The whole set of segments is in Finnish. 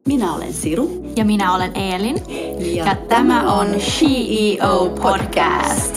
Minä olen Siru. Ja minä olen Eelin. Ja tämä on CEO Podcast.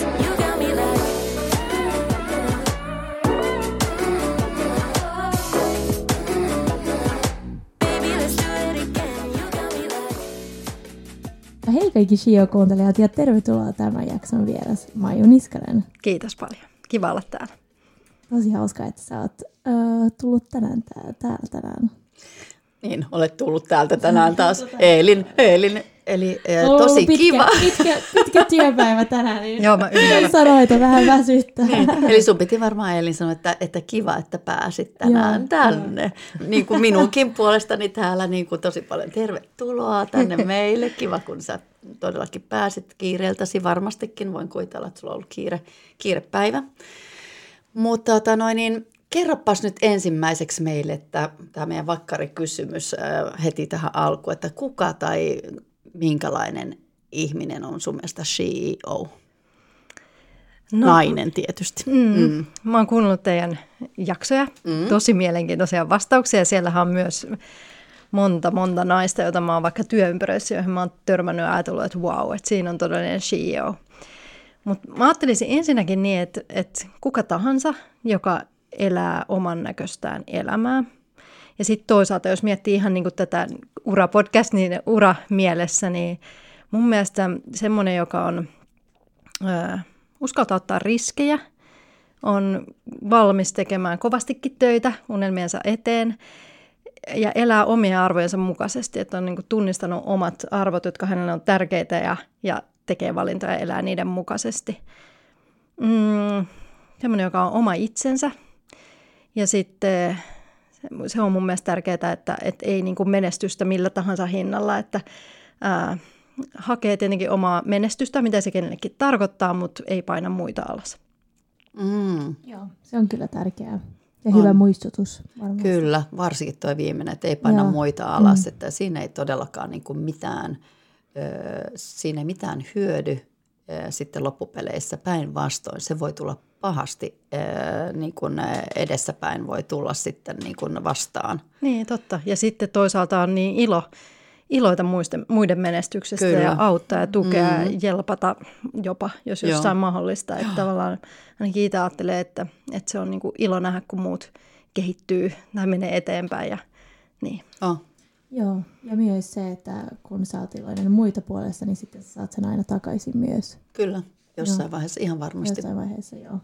Hei kaikki CEO-kuuntelijat ja tervetuloa tämän jakson vieras Maiju Niskanen. Kiitos paljon. Kiva olla täällä. Tosi hauskaa, että sä oot tullut täällä tänään. Niin, olet tullut täältä tänään taas. Eelin, eli tosi kiva. Pitkä työpäivä tänään, niin joo, mä ymmärrän. Sanoin, että vähän väsyttää. Niin, eli sun piti varmaan Eelin sanoa, että kiva, että pääsit tänään tänne. Niin kuin minunkin puolestani täällä niin kuin tosi paljon tervetuloa tänne meille. Kiva, kun sä todellakin pääsit kiireeltäsi. Varmastikin voin kuvitella, että sulla on ollut kiirepäivä. Mutta kerropas nyt ensimmäiseksi meille, että tämä meidän vakkarikysymys heti tähän alkuun, että kuka tai minkälainen ihminen on sun mielestä CEO? Nainen tietysti. Mä oon kuunnellut teidän jaksoja, tosi mielenkiintoisia vastauksia. Siellähän on myös monta naista, joita mä oon vaikka työympäröissä, joihin mä oon törmännyt ja ajatellut, että wow, että siinä on todellinen CEO. Mutta mä ajattelisin ensinnäkin niin, että kuka tahansa, joka elää oman näköistään elämää. Ja sitten toisaalta, jos miettii ihan niin kuin tätä urapodcast, niin uramielessä, niin mun mielestä semmoinen, joka on uskaltaa ottaa riskejä, on valmis tekemään kovastikin töitä unelmiensa eteen ja elää omia arvojensa mukaisesti, että on niin kuin tunnistanut omat arvot, jotka hänelle on tärkeitä ja tekee valintoja ja elää niiden mukaisesti. Semmoinen, joka on oma itsensä. Ja sitten se on mun mielestä tärkeää, että ei niin kuin menestystä millä tahansa hinnalla, että hakee tietenkin omaa menestystä, mitä se kenellekin tarkoittaa, mutta ei paina muita alas. Joo, se on kyllä tärkeää. Ja hyvä muistutus varmasti. Kyllä, varsinkin tuo viimeinen, että ei paina muita alas, että siinä ei todellakaan niin kuin siinä ei mitään hyödy sitten loppupeleissä. Päinvastoin se voi tulla pahasti niin kuin edessäpäin voi tulla sitten niin kuin vastaan. Niin, totta. Ja sitten toisaalta on niin iloita muiden menestyksestä. Kyllä. Ja auttaa ja tukea ja jelpata jopa, jos jossain mahdollista. Että tavallaan ainakin itse ajattelee, että se on niin kuin ilo nähdä, kun muut kehittyy tai menee eteenpäin. Ja, niin. Joo, ja myös se, että kun sä oot iloinen muita puolesta, niin sitten sä saat sen aina takaisin myös. Kyllä, jossain vaiheessa ihan varmasti. Jossain vaiheessa, joo.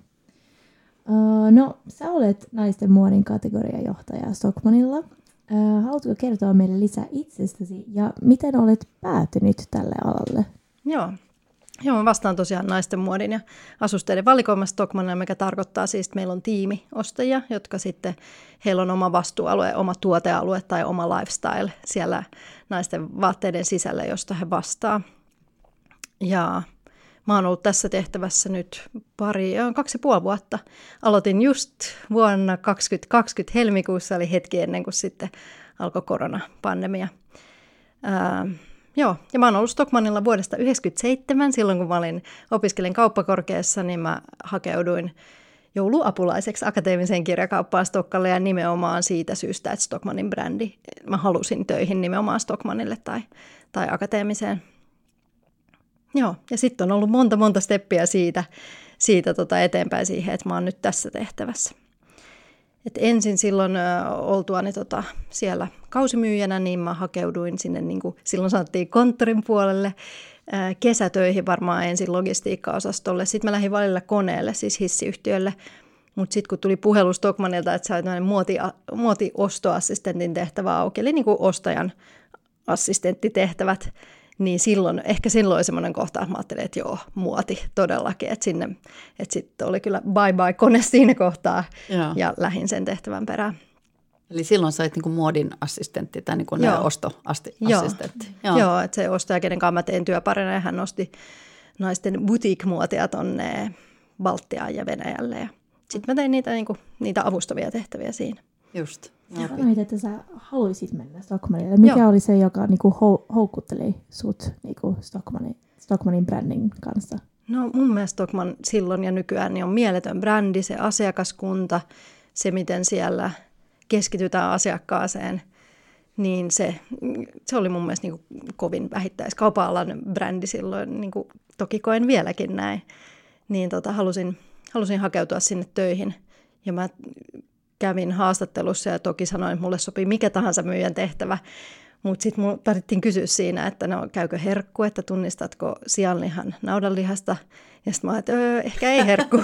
No, sä olet naisten muodin kategoriajohtaja Stockmannilla. Haluatko kertoa meille lisää itsestäsi ja miten olet päätynyt tälle alalle? Joo, mä vastaan tosiaan naisten muodin ja asusteiden valikoimassa Stockmannilla, mikä tarkoittaa siis, että meillä on tiimiostajia, jotka sitten, heillä on oma vastuualue, oma tuotealue tai oma lifestyle siellä naisten vaatteiden sisällä, josta he vastaa. Ja mä oon ollut tässä tehtävässä nyt 2,5 vuotta. Aloitin just vuonna 2020 helmikuussa, eli hetki ennen kuin sitten alkoi koronapandemia. Joo, ja mä oon ollut Stockmannilla vuodesta 1997, silloin kun mä opiskelin kauppakorkeassa, niin mä hakeuduin jouluapulaiseksi akateemiseen kirjakauppaan Stokkalle ja nimenomaan siitä syystä, että Stockmannin brändi, mä halusin töihin nimenomaan Stockmannille tai akateemiseen. Joo, ja sitten on ollut monta steppiä siitä eteenpäin siihen, että mä oon nyt tässä tehtävässä. Et ensin silloin oltuani siellä kausimyyjänä, niin mä hakeuduin sinne, niin kuin silloin sanottiin konttorin puolelle, kesätöihin varmaan ensin logistiikkaosastolle. Sitten mä lähdin välillä koneelle, siis hissiyhtiölle. Mutta sitten kun tuli puhelu Stockmannilta, että sä olet muotiostoassistentin tehtävä auki, eli niin kuin ostajan assistenttitehtävät, niin ehkä silloin oli semmoinen kohta, että mä ajattelin, että joo, muoti todellakin. Että sitten oli kyllä bye kone siinä kohtaa ja lähdin sen tehtävän perään. Eli silloin sä olet niin kuin muodin assistentti tai niin kuin ostoassistentti. Joo, että se ostaja, kenen kanssa mä tein työparina, ja hän nosti naisten boutique-muotia tonne Baltiaan ja Venäjälle. Ja sitten mä tein niitä avustavia tehtäviä siinä. Just. Sanoit, että sä haluaisit mennä Stockmannille. Mikä oli se, joka niinku houkutteli sut niinku Stockmannin brändin kanssa? No mun mielestä Stockmann silloin ja nykyään niin on mieletön brändi, se asiakaskunta, se miten siellä keskitytään asiakkaaseen niin se oli mun mielestä niin kuin kovin vähittäiskaupan-alan brändi silloin, niin kuin toki koen vieläkin näin. Niin halusin hakeutua sinne töihin ja mä kävin haastattelussa ja toki sanoin, että mulle sopii mikä tahansa myyjän tehtävä. Mutta sitten mun tarvittiin kysyä siinä, että no käykö herkku, että tunnistatko sianlihan naudanlihasta. Ja sitten mä ajattelin, että ehkä ei herkku.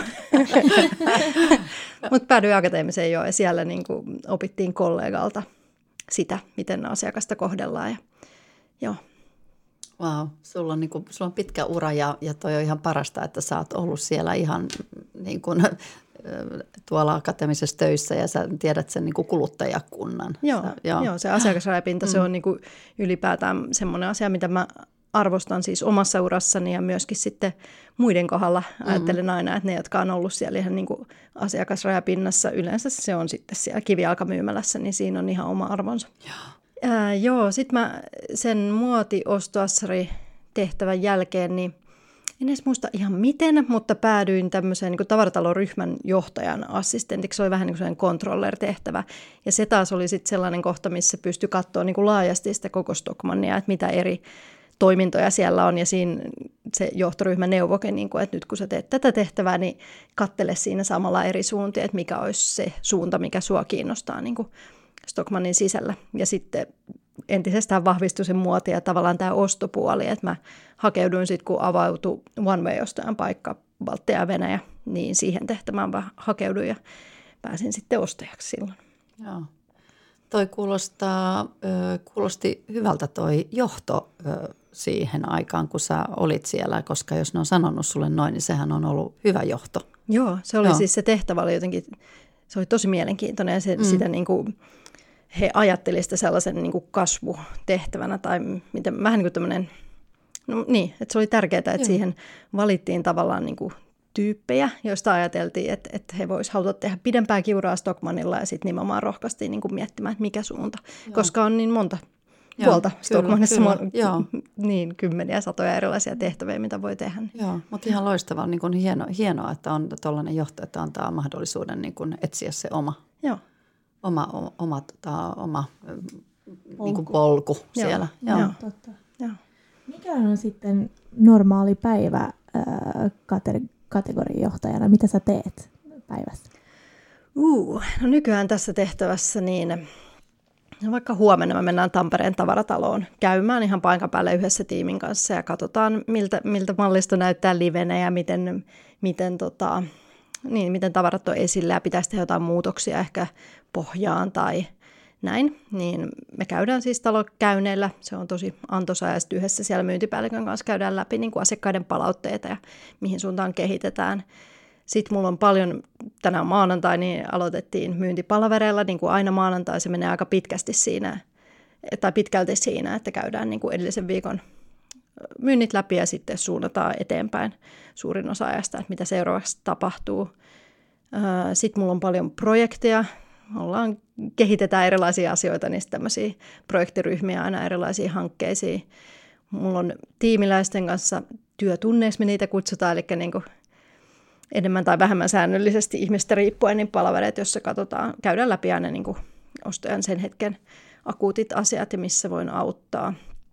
Mutta päädyin akateemiseen jo ja siellä niinku opittiin kollegalta sitä, miten asiakasta kohdellaan. Joo. Wow, sulla on pitkä ura ja toi on ihan parasta, että sä oot ollut siellä ihan niin kuin tuolla akateemisessa töissä ja sä tiedät sen niin kuin kuluttajakunnan. Joo, se asiakasrajapinta, se on niin kuin ylipäätään semmoinen asia, mitä mä arvostan siis omassa urassani ja myöskin sitten muiden kohdalla. Ajattelen aina, että ne, jotka on ollut siellä ihan niin kuin asiakasrajapinnassa, yleensä se on sitten siellä kivijalkamyymälässä, niin siinä on ihan oma arvonsa. Joo, sitten mä sen muotiostoassari-tehtävän jälkeen, niin en edes muista ihan miten, mutta päädyin tämmöiseen niin tavarataloryhmän johtajan assistentiksi. Se oli vähän niin kuin sellainen controller-tehtävä. Ja se taas oli sitten sellainen kohta, missä pystyi katsoa niin kuin laajasti sitä koko Stockmannia, että mitä eri toimintoja siellä on. Ja siinä se johtoryhmä neuvokin, niin kuin, että nyt kun sä teet tätä tehtävää, niin katsele siinä samalla eri suuntia, että mikä olisi se suunta, mikä sua kiinnostaa niin kuin Stockmannin sisällä. Ja sitten entisestään vahvistui se muoti ja tavallaan tämä ostopuoli, että mä hakeuduin sitten, kun avautui One Way-ostajan paikka Baltia ja Venäjä, niin siihen tehtävään mä hakeuduin ja pääsin sitten ostajaksi silloin. Joo. Toi kuulosti hyvältä toi johto siihen aikaan, kun sä olit siellä, koska jos ne on sanonut sulle noin, niin sehän on ollut hyvä johto. Joo, se oli siis se tehtävä oli jotenkin, se oli tosi mielenkiintoinen ja sitä niin kuin he ajattelivat sitä sellaisen niin kuin kasvutehtävänä tai miten, vähän niin kuin tämmöinen, no niin, että se oli tärkeää, että siihen valittiin tavallaan niin kuin tyyppejä, joista ajateltiin, että he voisivat haluta tehdä pidempää kiuraa Stockmannilla ja sitten nimenomaan rohkaistiin niin kuin miettimään, että mikä suunta, koska on niin monta puolta Stockmannissa, niin kymmeniä, satoja erilaisia tehtäviä, mitä voi tehdä. Joo, mutta ihan loistavaa, niin kuin hienoa, että on tuollainen johto, että antaa mahdollisuuden niin kuin etsiä se oma. Joo. Oma niin kuin polku siellä. Joo. Totta. Joo. Mikä on sitten normaali päivä kategoriajohtajana? Mitä sä teet päivässä? No nykyään tässä tehtävässä niin vaikka huomenna me mennään Tampereen tavarataloon käymään ihan paikan päälle yhdessä tiimin kanssa ja katsotaan, miltä mallisto näyttää livenä ja miten tavarat on esillä ja pitäisi tehdä jotain muutoksia ehkä pohjaan tai näin. Niin me käydään siis talokäynneillä. Se on tosi antoisaa ja sitten yhdessä siellä myyntipäällikön kanssa käydään läpi niin kuin asiakkaiden palautteita ja mihin suuntaan kehitetään. Sitten mulla on paljon, tänään maanantai, niin aloitettiin myyntipalavereilla, niin kuin aina maanantai, se menee aika pitkälti siinä, että käydään niin kuin edellisen viikon myynnit läpi ja sitten suunnataan eteenpäin suurin osa ajasta, että mitä seuraavaksi tapahtuu. Sitten mulla on paljon projekteja, kehitetään erilaisia asioita, niin tämmöisiä projektiryhmiä aina erilaisiin hankkeisiin. Mulla on tiimiläisten kanssa työtunneiksi, me niitä kutsutaan, eli niin kuin enemmän tai vähemmän säännöllisesti ihmistä riippuen, niin palavereet, jossa käydään läpi aina niin kuin ostajan sen hetken akuutit asiat ja missä voin auttaa.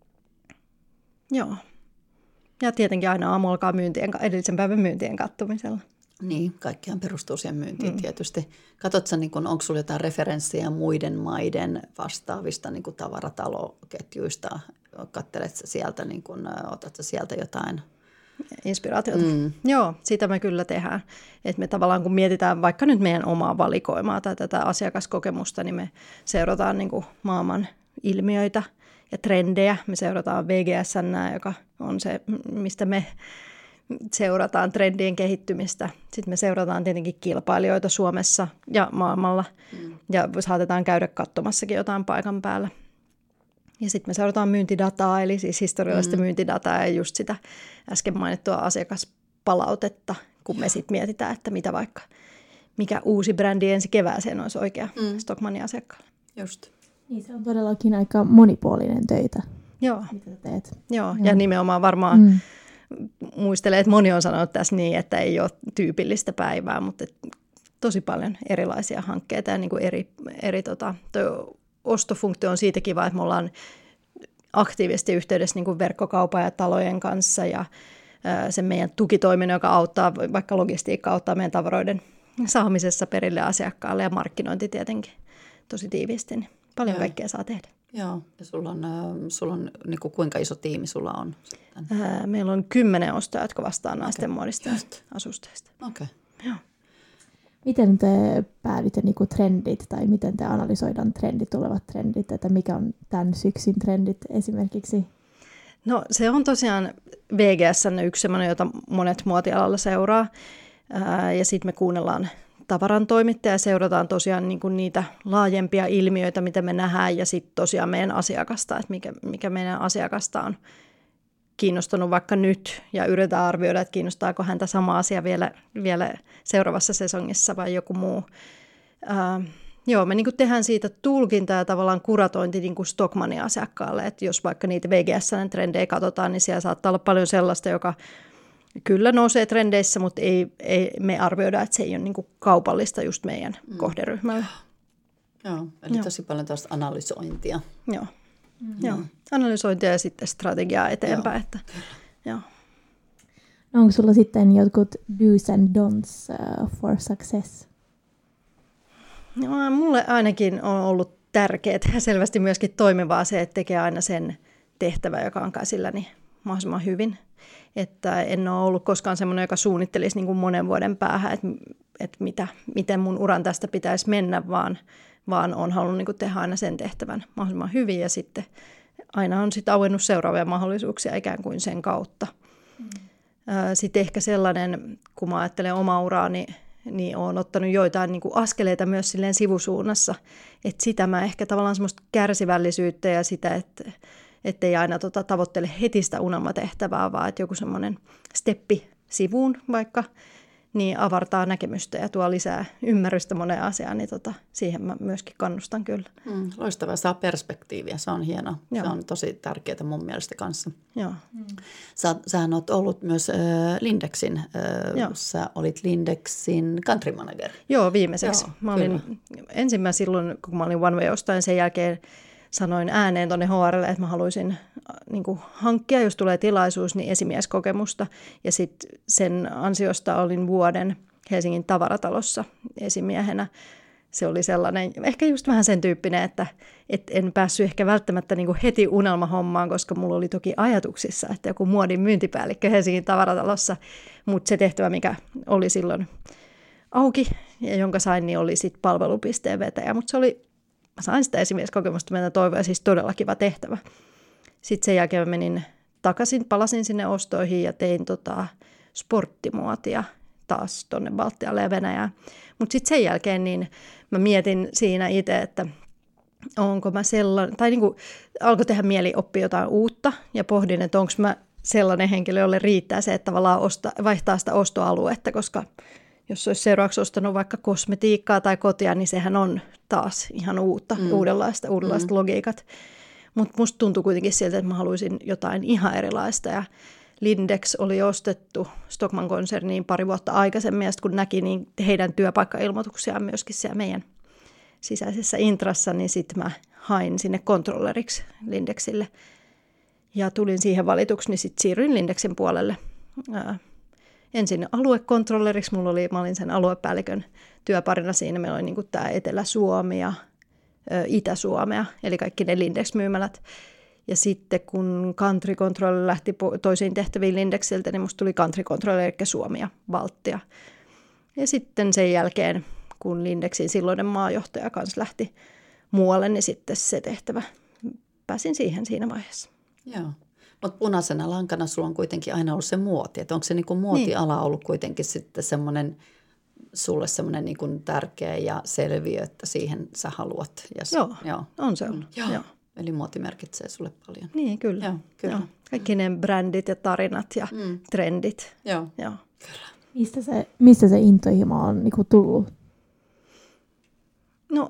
Joo. Ja tietenkin aina aamu alkaa edellisen päivän myyntien katsomisella. Niin, kaikkiaan perustuu siihen myyntiin tietysti. Katsotko, niin onko sinulla jotain referenssiä muiden maiden vastaavista niin kuin tavarataloketjuista? Katseletko sieltä, niin kuin, otatko sieltä jotain inspiraatiota? Joo, sitä me kyllä tehdään. Et me tavallaan kun mietitään vaikka nyt meidän omaa valikoimaa tai tätä asiakaskokemusta, niin me seurataan niin kuin maailman ilmiöitä ja trendejä. Me seurataan VGS:ää, joka on se, mistä me seurataan trendien kehittymistä. Sitten me seurataan tietenkin kilpailijoita Suomessa ja maailmalla ja saatetaan käydä katsomassakin jotain paikan päällä. Ja sitten me seurataan myyntidataa, eli siis historiallista myyntidataa ja just sitä äsken mainittua asiakaspalautetta, kun me sitten mietitään, että mikä uusi brändi ensi kevääseen olisi oikea Stockmannin asiakkaalle. Just. Niin se on todellakin aika monipuolinen töitä, mitä sä teet. Joo, ja nimenomaan varmaan muistelee, että moni on sanonut tässä niin, että ei ole tyypillistä päivää, mutta tosi paljon erilaisia hankkeita ja niin kuin eri ostofunktio on siitä kiva, että me ollaan aktiivisesti yhteydessä niin kuin verkkokaupan ja talojen kanssa ja sen meidän tukitoiminnon, joka auttaa, vaikka logistiikka auttaa meidän tavaroiden saamisessa perille asiakkaalle ja markkinointi tietenkin tosi tiiviisti, niin paljon kaikkea saa tehdä. Joo, ja sulla on niin kuin kuinka iso tiimi sulla on? Meillä on 10 ostajaa, jotka vastaa naisten muodista ja asusteista. Okei. Joo. Miten te päädytte niinku trendit tai miten te analysoidaan tulevat trendit, että mikä on tämän syksyn trendit esimerkiksi? No se on tosiaan VGS:n yksi sellainen, jota monet muotialalla seuraa ja sitten me kuunnellaan tavaran toimittajia ja seurataan tosiaan niinku niitä laajempia ilmiöitä, mitä me nähdään ja sitten tosiaan meidän asiakasta, että mikä meidän asiakasta on kiinnostunut vaikka nyt ja yritetään arvioida, että kiinnostaako häntä sama asia vielä seuraavassa sesongissa vai joku muu. Joo, me niin kuin tehdään siitä tulkintaa ja tavallaan kuratointi niin kuin Stockmannin asiakkaalle, että jos vaikka niitä VGS-trendejä katsotaan, niin siellä saattaa olla paljon sellaista, joka kyllä nousee trendeissä, mutta ei me arvioida, että se ei ole niin kuin kaupallista just meidän kohderyhmälle. Joo, eli tosi paljon tuosta analysointia. Joo. Joo, analysointia ja sitten strategiaa eteenpäin. Että, joo. No onko sulla sitten jotkut do's and don'ts for success? No, mulle ainakin on ollut tärkeää ja selvästi myöskin toimivaa se, että tekee aina sen tehtävän, joka on käsilläni mahdollisimman hyvin. Että en ole ollut koskaan semmoinen, joka suunnittelisi niin kuin monen vuoden päähän, että miten mun uran tästä pitäisi mennä, vaan olen halunnut niin kuin tehdä aina sen tehtävän mahdollisimman hyvin ja sitten aina on sitten auennut seuraavia mahdollisuuksia ikään kuin sen kautta. Sitten ehkä sellainen, kun mä ajattelen omaa uraani, niin olen ottanut joitain niin kuin askeleita myös silleen sivusuunnassa, että sitä mä ehkä tavallaan semmoista kärsivällisyyttä ja sitä, ettei aina tavoittele heti sitä unelmatehtävää, vaan että joku semmoinen steppi sivuun vaikka, niin avartaa näkemystä ja tuo lisää ymmärrystä moneen asiaan, niin siihen mä myöskin kannustan kyllä. Loistavaa, saa perspektiiviä, se on hieno. Joo. Se on tosi tärkeää mun mielestä kanssa. Joo. Sähän olet ollut myös Lindexin, sä olit Lindexin country manager. Joo, viimeiseksi. Joo, mä olin ensimmäisen silloin, kun mä olin One Way -ostajan, sen jälkeen sanoin ääneen tuonne HR:lle, että mä haluaisin niin kuin hankkia, jos tulee tilaisuus, niin esimieskokemusta. Ja sitten sen ansiosta olin vuoden Helsingin tavaratalossa esimiehenä. Se oli sellainen, ehkä just vähän sen tyyppinen, että en päässyt ehkä välttämättä niin kuin heti unelmahommaan, koska mulla oli toki ajatuksissa, että joku muodin myyntipäällikkö Helsingin tavaratalossa. Mutta se tehtävä, mikä oli silloin auki ja jonka sain, niin oli sitten palvelupisteen vetäjä. Mutta se oli... Mä sain sitä esimieskokemusta, mitä toivoin, ja siis todella kiva tehtävä. Sitten sen jälkeen mä menin takaisin, palasin sinne ostoihin ja tein sporttimuotia taas tuonne Baltialle ja Venäjään. Mutta sitten sen jälkeen niin mä mietin siinä itse, että onko mä sellainen, tai niin kuin alkoi tehdä mieli oppia jotain uutta ja pohdin, että onko mä sellainen henkilö, jolle riittää se, että tavallaan vaihtaa sitä ostoaluetta, koska jos olisi seuraavaksi ostanut vaikka kosmetiikkaa tai kotia, niin sehän on taas ihan uutta, uudenlaista logiikat. Mutta musta tuntui kuitenkin siltä, että mä haluaisin jotain ihan erilaista. Ja Lindex oli ostettu Stockmann-konserniin pari vuotta aikaisemmin, ja kun näki niin heidän työpaikkailmoituksiaan myöskin siellä meidän sisäisessä intrassa, niin sitten mä hain sinne controlleriksi Lindexille. Ja tulin siihen valituksi, niin sitten siirryin Lindexin puolelle. Ensin aluekontrolleriksi, mä olin sen aluepäällikön työparina siinä. Meillä oli niin kuin tämä Etelä-Suomi ja Itä-Suomea, eli kaikki ne Lindex-myymälät. Ja sitten kun country controller lähti toisiin tehtäviin Lindexiltä, niin musta tuli country controller, eli Suomi ja Baltia. Ja sitten sen jälkeen, kun Lindexin silloinen maajohtaja kanssa lähti muualle, niin sitten se tehtävä. Pääsin siihen siinä vaiheessa. Joo. Mutta punaisena lankana sulla on kuitenkin aina ollut se muoti. Että onko se niinku muotiala ollut kuitenkin sitten sulle semmoinen niinku tärkeä ja selviö, että siihen sä haluat? Joo, on se ollut. Joo. Eli muoti merkitsee sulle paljon. Niin, kyllä. Joo, kyllä. Joo. Kaikki ne brändit ja tarinat ja trendit. Joo. Kyllä. Mistä se intohimo on niinku tullut? No,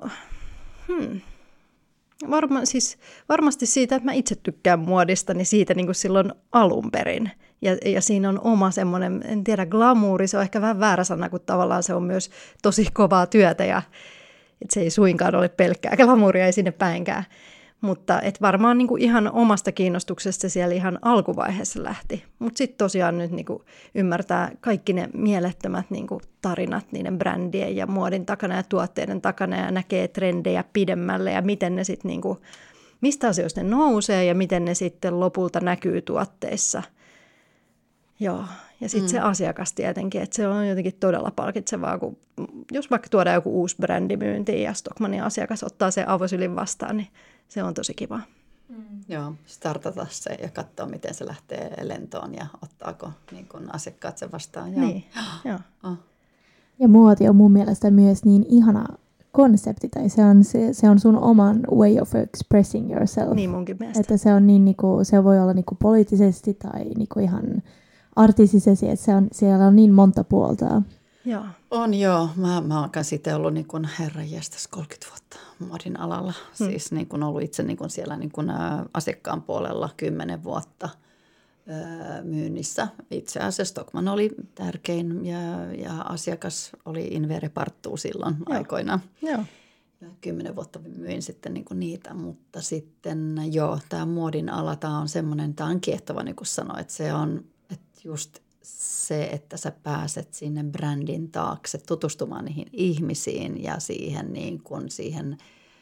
varmasti siitä, että mä itse tykkään muodista, niin siitä niin kuin silloin alun perin. Ja siinä on oma semmoinen, en tiedä, glamuuri, se on ehkä vähän väärä sana, kun tavallaan se on myös tosi kovaa työtä että se ei suinkaan ole pelkkää glamouria, ei sinne päinkään. Mutta et varmaan niin kuin ihan omasta kiinnostuksesta siellä ihan alkuvaiheessa lähti. Mutta sitten tosiaan nyt niin kuin ymmärtää kaikki ne mielettömät niin kuin tarinat niiden brändien ja muodin takana ja tuotteiden takana ja näkee trendejä pidemmälle ja miten ne sitten niin kuin, mistä asioista ne nousee ja miten ne sitten lopulta näkyy tuotteissa. Joo, ja sitten se asiakas tietenkin, että se on jotenkin todella palkitsevaa, kun jos vaikka tuodaan joku uusi brändi myyntiin ja Stockmannin asiakas ottaa sen avosylin vastaan, niin se on tosi kiva. Joo, startata se ja katsoa, miten se lähtee lentoon ja ottaako niin kun asiakkaat sen vastaan. Joo. Niin, joo. Oh. Ja muoti on mun mielestä myös niin ihana konsepti, tai se on sun oman way of expressing yourself. Niin munkin mielestä. Että se on niin niinku, se voi olla niinku poliittisesti tai niinku ihan artistisesti, että siellä on niin monta puolta. Joo. On joo. Mä oon kanssa itse ollut niin kuin herranjestas 30 vuotta muodin alalla. Siis niin kuin ollut itse niin kuin siellä niin kuin asiakkaan puolella 10 vuotta myynnissä. Itse asiassa Stockmann oli tärkein ja asiakas oli Invere Parttuu silloin aikoinaan. Joo. 10 vuotta myin sitten niin kuin niitä, mutta sitten joo, tämä muodin ala, tämä on semmoinen, tämä on kiehtova niin kuin sanoin, että se on, että just se, että sä pääset sinne brändin taakse tutustumaan niihin ihmisiin ja siihen, niin kuin siihen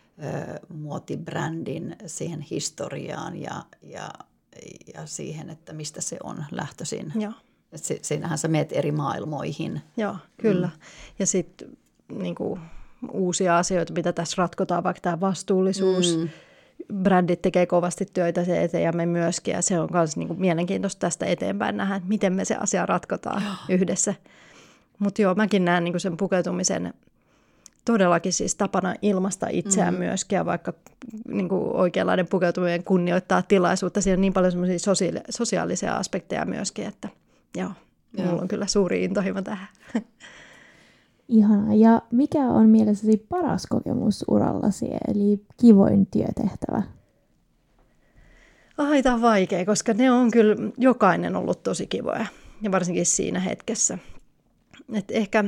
muotibrändin, siihen historiaan ja siihen, että mistä se on lähtöisin. Joo. Siinähän sä meet eri maailmoihin. Joo, kyllä. Ja sitten niin kuin uusia asioita, mitä tässä ratkotaan, vaikka tämä vastuullisuus. Brändit tekee kovasti töitä se eteen ja me myöskin, ja se on myös niin kuin mielenkiintoista tästä eteenpäin nähdä, että miten me se asia ratkotaan yhdessä. Mutta joo, mäkin näen niin kuin sen pukeutumisen todellakin siis tapana ilmaista itseään myöskin, ja vaikka niin kuin oikeanlainen pukeutuminen kunnioittaa tilaisuutta, siinä on niin paljon semmoisia sosiaalisia aspekteja myöskin, että joo, mulla on kyllä suuri intohimo tähän. Ihanaa. Ja mikä on mielessäsi paras kokemus urallasi, eli kivoin työtehtävä? Tämä on vaikea, koska ne on kyllä jokainen ollut tosi kivoja, ja varsinkin siinä hetkessä. Et ehkä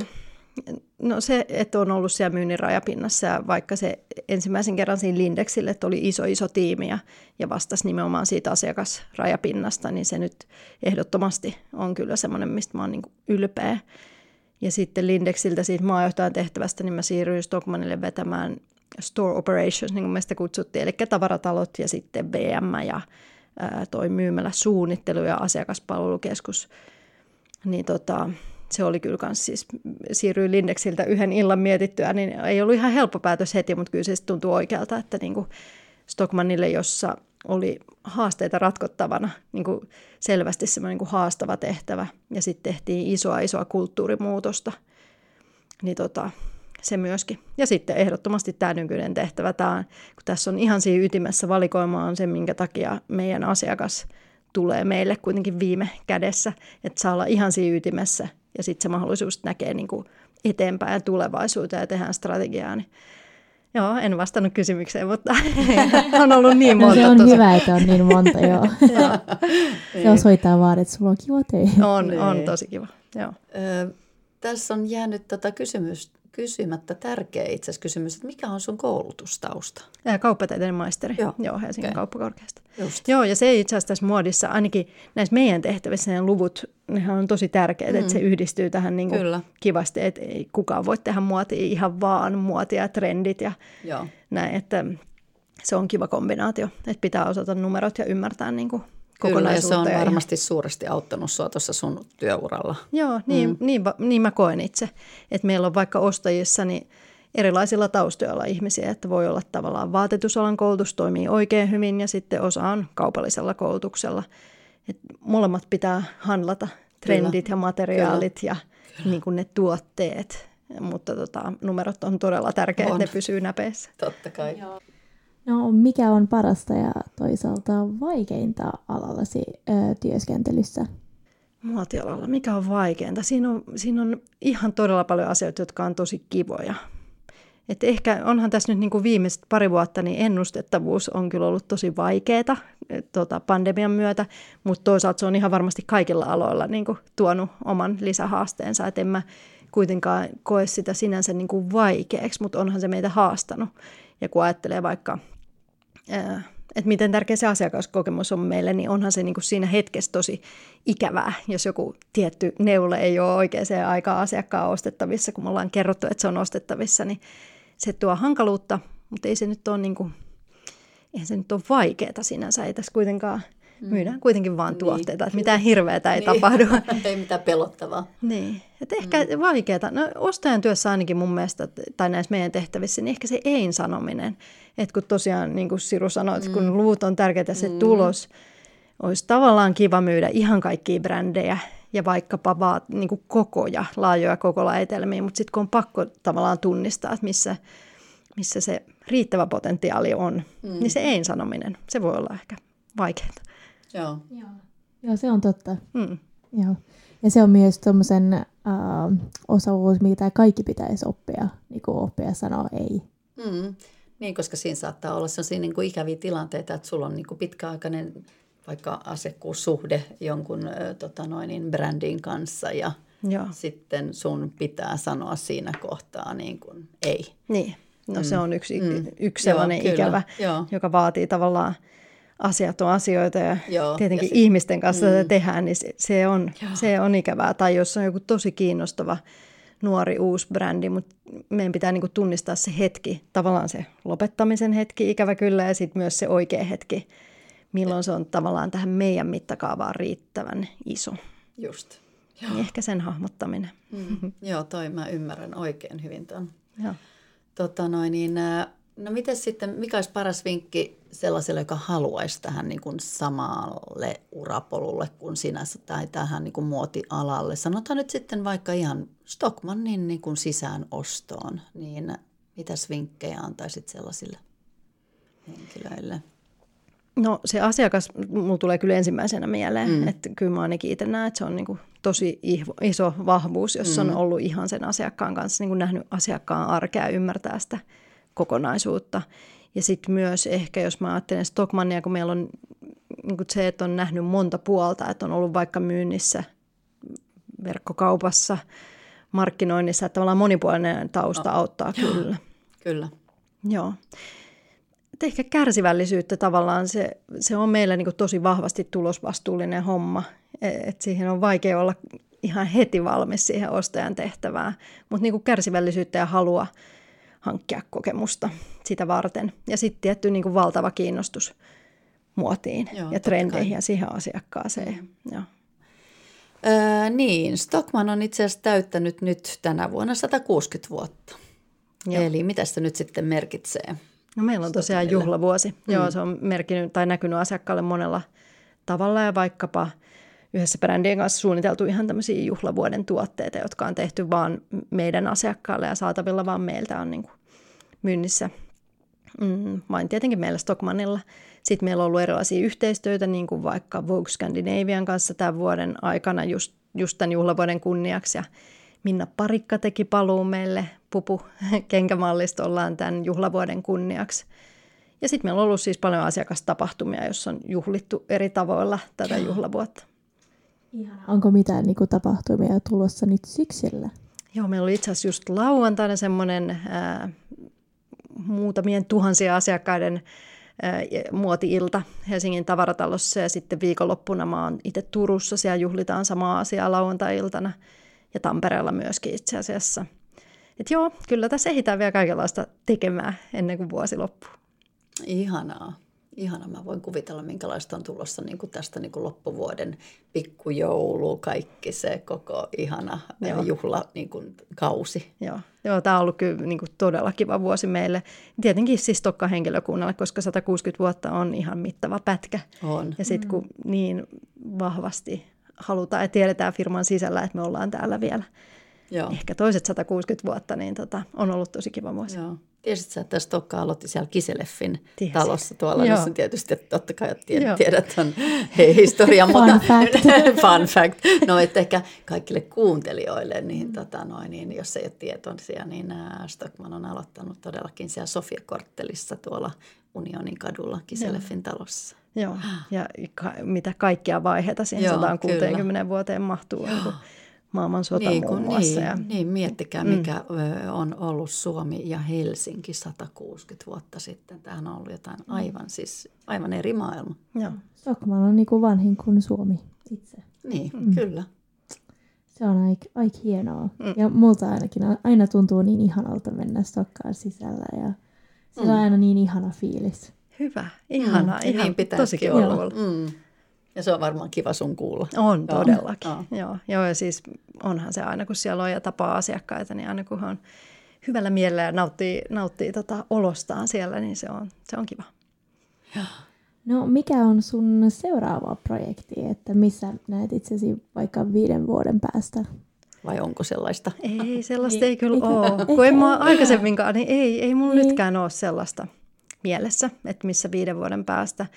no se, että on ollut siellä myynnin rajapinnassa, ja vaikka se ensimmäisen kerran siinä Lindexille, että oli iso tiimi ja vastasi nimenomaan siitä asiakasrajapinnasta, niin se nyt ehdottomasti on kyllä semmoinen, mistä mä oon niin kuin ylpeä. Ja sitten Lindexiltä siitä maajohtajan tehtävästä, niin mä siirryin Stockmannille vetämään store operations, niin kuin me sitä kutsuttiin, eli tavaratalot ja sitten VM ja toi myymälä suunnittelu ja asiakaspalvelukeskus. Niin se oli kyllä kans siis, siirryin Lindexiltä yhden illan mietittyä, niin ei ollut ihan helppo päätös heti, mutta kyllä se tuntui oikealta, että niin kuin Stockmannille, jossa oli haasteita ratkottavana, niin kuin selvästi semmoinen niin kuin haastava tehtävä, ja sitten tehtiin isoa kulttuurimuutosta, niin se myöskin. Ja sitten ehdottomasti tämä nykyinen tehtävä, kun tässä on ihan siinä ytimessä valikoima on se, minkä takia meidän asiakas tulee meille kuitenkin viime kädessä, että saa olla ihan siinä ytimessä, ja sitten se mahdollisuus näkee niin kuin eteenpäin ja tulevaisuuteen ja tehdään strategiaa, niin joo, en vastannut kysymykseen, mutta on ollut niin monta. No se on hyvä, että on niin monta, joo. Se osoittaa vaan, että sulla on kiva töitä. On tosi kiva, joo. Tässä on jäänyt kysymättä tärkeä itse asiassa kysymys, että mikä on sun koulutustausta? Kauppatieteiden maisteri, joo Helsingin kauppakorkeasta. Just. Joo, ja se itse asiassa tässä muodissa, ainakin näissä meidän tehtävissä ne luvut, nehän on tosi tärkeitä, että se yhdistyy tähän niin kuin kivasti, että ei kukaan voi tehdä muotia ihan vaan muotia ja trendit ja näin, että se on kiva kombinaatio, että pitää osata numerot ja ymmärtää niin kuin kokonaisuutta. Kyllä, ja se on varmasti suuresti auttanut sua tuossa sun työuralla. Joo, niin mä koen itse, että meillä on vaikka ostajissa niin erilaisilla taustoilla ihmisiä, että voi olla tavallaan vaatetusalan koulutus toimii oikein hyvin ja sitten osa on kaupallisella koulutuksella. Et molemmat pitää handlata, trendit ja materiaalit ja niin kuin ne tuotteet, mutta numerot on todella tärkeitä, että ne pysyy näpeissä. Totta kai. Joo. No mikä on parasta ja toisaalta vaikeinta alallasi työskentelyssä? Muotialalla, mikä on vaikeinta? Siinä on ihan todella paljon asioita, jotka on tosi kivoja. Et ehkä onhan tässä nyt niin kuin viimeiset pari vuotta, niin ennustettavuus on kyllä ollut tosi vaikeaa pandemian myötä, mutta toisaalta se on ihan varmasti kaikilla aloilla niin kuin tuonut oman lisähaasteensa. Et en mä kuitenkaan koe sitä sinänsä niin kuin vaikeaksi, mutta onhan se meitä haastanut. Ja kun ajattelee vaikka, että miten tärkeä se asiakaskokemus on meille, niin onhan se niin kuin siinä hetkessä tosi ikävää, jos joku tietty neule ei ole oikeaan aikaan asiakkaan ostettavissa, kun me ollaan kerrottu, että se on ostettavissa, niin se tuo hankaluutta, mutta ei se nyt ole, niin kuin, eihän se nyt ole vaikeaa sinänsä, ei tässä kuitenkaan. Myydään kuitenkin vaan tuotteita, että mitään hirveätä ei tapahdu. Ei mitään pelottavaa. Niin, että ehkä vaikeaa. No ostajan työssä ainakin mun mielestä, tai näissä meidän tehtävissä, niin ehkä se ei-sanominen. Että kun tosiaan, niin kuin Siru sanoi, että kun luvut on tärkeitä, se tulos olisi tavallaan kiva myydä ihan kaikkia brändejä ja vaikkapa vaan niin kuin kokoja, laajoja kokolaetelmiä, mutta sitten kun on pakko tavallaan tunnistaa, että missä se riittävä potentiaali on, niin se ei-sanominen, se voi olla ehkä vaikeaa. Joo, se on totta. Joo. Ja se on myös tuommoisen osavuus, mitä kaikki pitäisi oppia, niin kuin oppia sanoa ei. Niin, koska siinä saattaa olla sellaisia niin kuin ikäviä tilanteita, että sulla on niin kuin pitkäaikainen vaikka asiakkuussuhde jonkun brändin kanssa ja sitten sun pitää sanoa siinä kohtaa niin kuin ei. Niin, no se on yksi sellainen ikävä, joka vaatii tavallaan asiat on asioita ja tietenkin ja ihmisten kanssa tätä tehdään, niin se on ikävää. Tai jos on joku tosi kiinnostava nuori uusi brändi, mutta meidän pitää niinku tunnistaa se hetki, tavallaan se lopettamisen hetki, ikävä kyllä, ja sitten myös se oikea hetki, milloin se on tavallaan tähän meidän mittakaavaan riittävän iso. Just. Niin ehkä sen hahmottaminen. Joo, mä ymmärrän oikein hyvin tuon. No miten sitten, mikä olisi paras vinkki sellaiselle, joka haluaisi tähän niin kuin samalle urapolulle kuin sinä tai tähän niin kuin muotialalle? Sanotaan nyt sitten vaikka ihan Stockmannin niin kuin sisäänostoon, niin mitäs vinkkejä antaisit sellaisille henkilöille? No se asiakas, mulla tulee kyllä ensimmäisenä mieleen, että kyllä mä ainakin itse näen, että se on niin kuin tosi iso vahvuus, jos on ollut ihan sen asiakkaan kanssa, niin kuin nähnyt asiakkaan arkea ja ymmärtää sitä kokonaisuutta. Ja sitten myös ehkä, jos mä ajattelen Stockmannia, kun meillä on niin kuin se, että on nähnyt monta puolta, että on ollut vaikka myynnissä, verkkokaupassa, markkinoinnissa, että tavallaan monipuolinen tausta auttaa kyllä. Kyllä. Joo. Et ehkä kärsivällisyyttä tavallaan, se on meillä niin kuin tosi vahvasti tulosvastuullinen homma. Et siihen on vaikea olla ihan heti valmis siihen ostajan tehtävään, mutta niin kuin kärsivällisyyttä ja halua hankkia kokemusta sitä varten. Ja sitten tietty niin kuin valtava kiinnostus muotiin ja trendeihin ja siihen asiakkaaseen. Niin, Stockmann on itse asiassa täyttänyt nyt tänä vuonna 160 vuotta. Eli mitä se nyt sitten merkitsee? No meillä on tosiaan juhlavuosi. Joo, se on merkinnyt tai näkynyt asiakkaalle monella tavalla ja vaikkapa yhdessä brändien kanssa suunniteltu ihan tämmöisiä juhlavuoden tuotteita, jotka on tehty vaan meidän asiakkaalle ja saatavilla vaan meiltä on niin kuin myynnissä. Vain tietenkin meillä Stockmannilla. Sitten meillä on ollut erilaisia yhteistyötä, niin kuin vaikka Vogue Scandinavian kanssa tämän vuoden aikana just tämän juhlavuoden kunniaksi. Ja Minna Parikka teki paluun meille pupu-kenkämallista ollaan tämän juhlavuoden kunniaksi. Ja sitten meillä on ollut siis paljon asiakastapahtumia, joissa on juhlittu eri tavoilla tätä juhlavuotta. Onko mitään niin kuin tapahtumia tulossa nyt syksyllä? Joo, meillä oli itse asiassa just lauantaina semmoinen muutamien tuhansia asiakkaiden muoti-ilta Helsingin tavaratalossa ja sitten viikonloppuna mä oon itse Turussa, siellä juhlitaan samaa asiaa lauantai-iltana ja Tampereella myöskin itse asiassa. Et joo, kyllä tässä ehditään vielä kaikenlaista tekemään ennen kuin vuosi loppuu. Ihanaa. Mä voin kuvitella, minkälaista on tulossa niin kuin tästä niin kuin loppuvuoden pikkujoulu, kaikki se koko ihana juhla niin kuin kausi. Joo, tämä on ollut kyllä niin kuin todella kiva vuosi meille. Tietenkin siis Stokka-henkilökunnalle, koska 160 vuotta on ihan mittava pätkä. On. Ja sitten kun niin vahvasti halutaan ja tiedetään firman sisällä, että me ollaan täällä vielä ehkä toiset 160 vuotta, niin on ollut tosi kiva vuosi. Joo. Tiesitkö sä, että Stokka aloitti siellä Kiseleffin talossa tuolla, missä tietysti, että totta kai tiedät ton historian, mutta fun fact. No, että ehkä kaikille kuuntelijoille, niin, niin jos ei ole tietoisia, niin Stockmann on aloittanut todellakin siellä Sofia-korttelissa tuolla Unionin kadulla Kiseleffin talossa. Joo, ja mitä kaikkia vaiheita siihen 160 vuoteen mahtuu. maailman sota muun muassa. Niin, miettikää mikä on ollut Suomi ja Helsinki 160 vuotta sitten. Tämähän on ollut jotain aivan eri maailma. Joo. Stockman on niin kuin vanhin kuin Suomi itse. Niin, kyllä. Se on aika hienoa. Ja multa ainakin aina tuntuu niin ihanalta mennä Stokkaan sisällä ja sillä on aina niin ihana fiilis. Hyvä, ihanaa. Ihan niin pitäisikin olla. Ja se on varmaan kiva sun kuulla. On todellakin. Joo, ja siis onhan se aina, kun siellä on ja tapaa asiakkaita, niin aina kun on hyvällä mielellä ja nauttii olostaan siellä, niin se on kiva. No mikä on sun seuraava projekti, että missä näet itsesi vaikka 5 vuoden päästä? Vai onko sellaista? Ei, sellaista ei kyllä ole. Kun en mä aikaisemminkaan, niin ei mulla nytkään ole sellaista mielessä, että missä 5 vuoden päästä.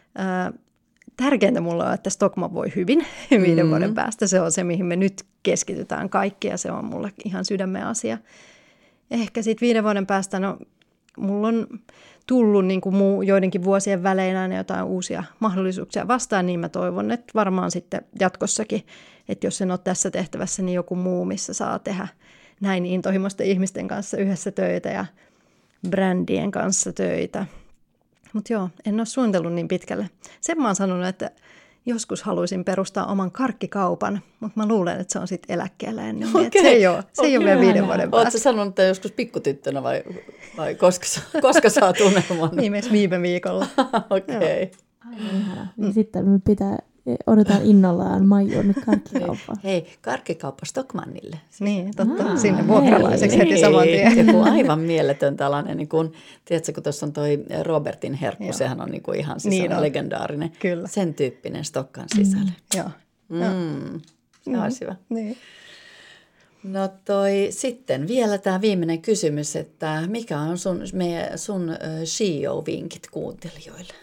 Tärkeintä mulla on, että Stockmann voi hyvin 5 vuoden päästä. Se on se, mihin me nyt keskitytään kaikki ja se on mulle ihan sydämen asia. Ehkä sitten 5 vuoden päästä, no mulla on tullut niin kuin joidenkin vuosien väleinä jotain uusia mahdollisuuksia vastaan, niin mä toivon, että varmaan sitten jatkossakin, että jos en ole tässä tehtävässä, niin joku muu, missä saa tehdä näin intohimoisten ihmisten kanssa yhdessä töitä ja brändien kanssa töitä. Mutta joo, en ole suunnitellut niin pitkälle. Sen mä oon sanonut, että joskus haluaisin perustaa oman karkkikaupan, mutta mä luulen, että se on sitten eläkkeellä ennen. Se ei ole vielä 5 vuoden päästä. Oletko sanonut, että joskus pikkutyttönä vai koska saa tunnelman? Viimeksi viime viikolla. Okei. Aivan ihana. Sitten me odotetaan innollaan Maijun karkkikauppaa. Hei, karkkikauppa Stockmannille. Niin, totta. Sinne vuokralaiseksi heti saman tien. Joku aivan mieletön tällainen, niin kun, tiedätkö, kun tuossa on toi Robertin herkku, joo. Sehän on niin kuin ihan siis legendaarinen. Kyllä. Sen tyyppinen Stokkan sisälle. Joo. Se olisi hyvä. Niin. No sitten vielä tämä viimeinen kysymys, että mikä on sun CEO-vinkit kuuntelijoille?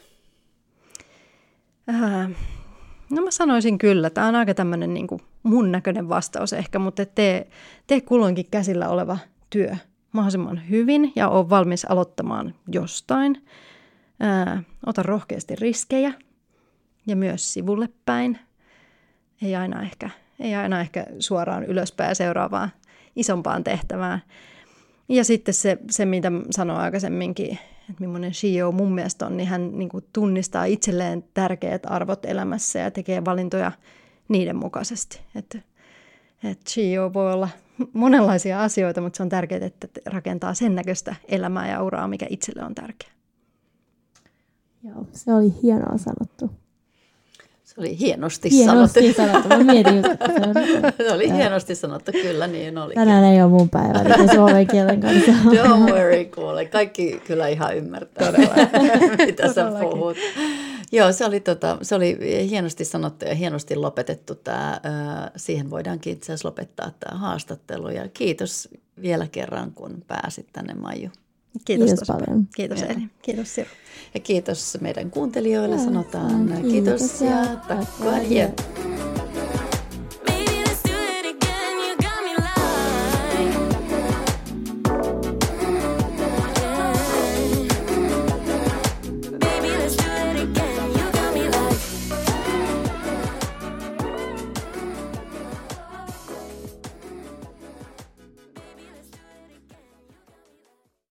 No mä sanoisin kyllä. Tämä on aika tämmöinen niin kuin mun näköinen vastaus ehkä, mutta tee kulloinkin käsillä oleva työ mahdollisimman hyvin ja ole valmis aloittamaan jostain. Ota rohkeasti riskejä ja myös sivulle päin. Ei aina ehkä suoraan ylöspäin seuraavaan isompaan tehtävään. Ja sitten se mitä sanoin aikaisemminkin, että millainen CEO mun mielestä on, niin hän niin kuin tunnistaa itselleen tärkeät arvot elämässä ja tekee valintoja niiden mukaisesti. Että CEO voi olla monenlaisia asioita, mutta se on tärkeää, että rakentaa sen näköistä elämää ja uraa, mikä itselle on tärkeä. Joo, se oli hienoa sanottu. Se oli hienosti sanottu. Mä mietin just, että se oli hienosti sanottu, kyllä niin oli. Tänään ei ole mun päivä, niin suomen kielen kanssa. Don't worry, kuule. Kaikki kyllä ihan ymmärtää, mitä sä puhut. Joo, se oli hienosti sanottu ja hienosti lopetettu tämä. Siihen voidaankin itse asiassa lopettaa tämä haastattelu. Ja kiitos vielä kerran, kun pääsit tänne, Maiju. Kiitos paljon. Kiitos Eli. Kiitos Siru. Ja kiitos meidän kuuntelijoille. Sanotaan kiitos ja tack och adjö.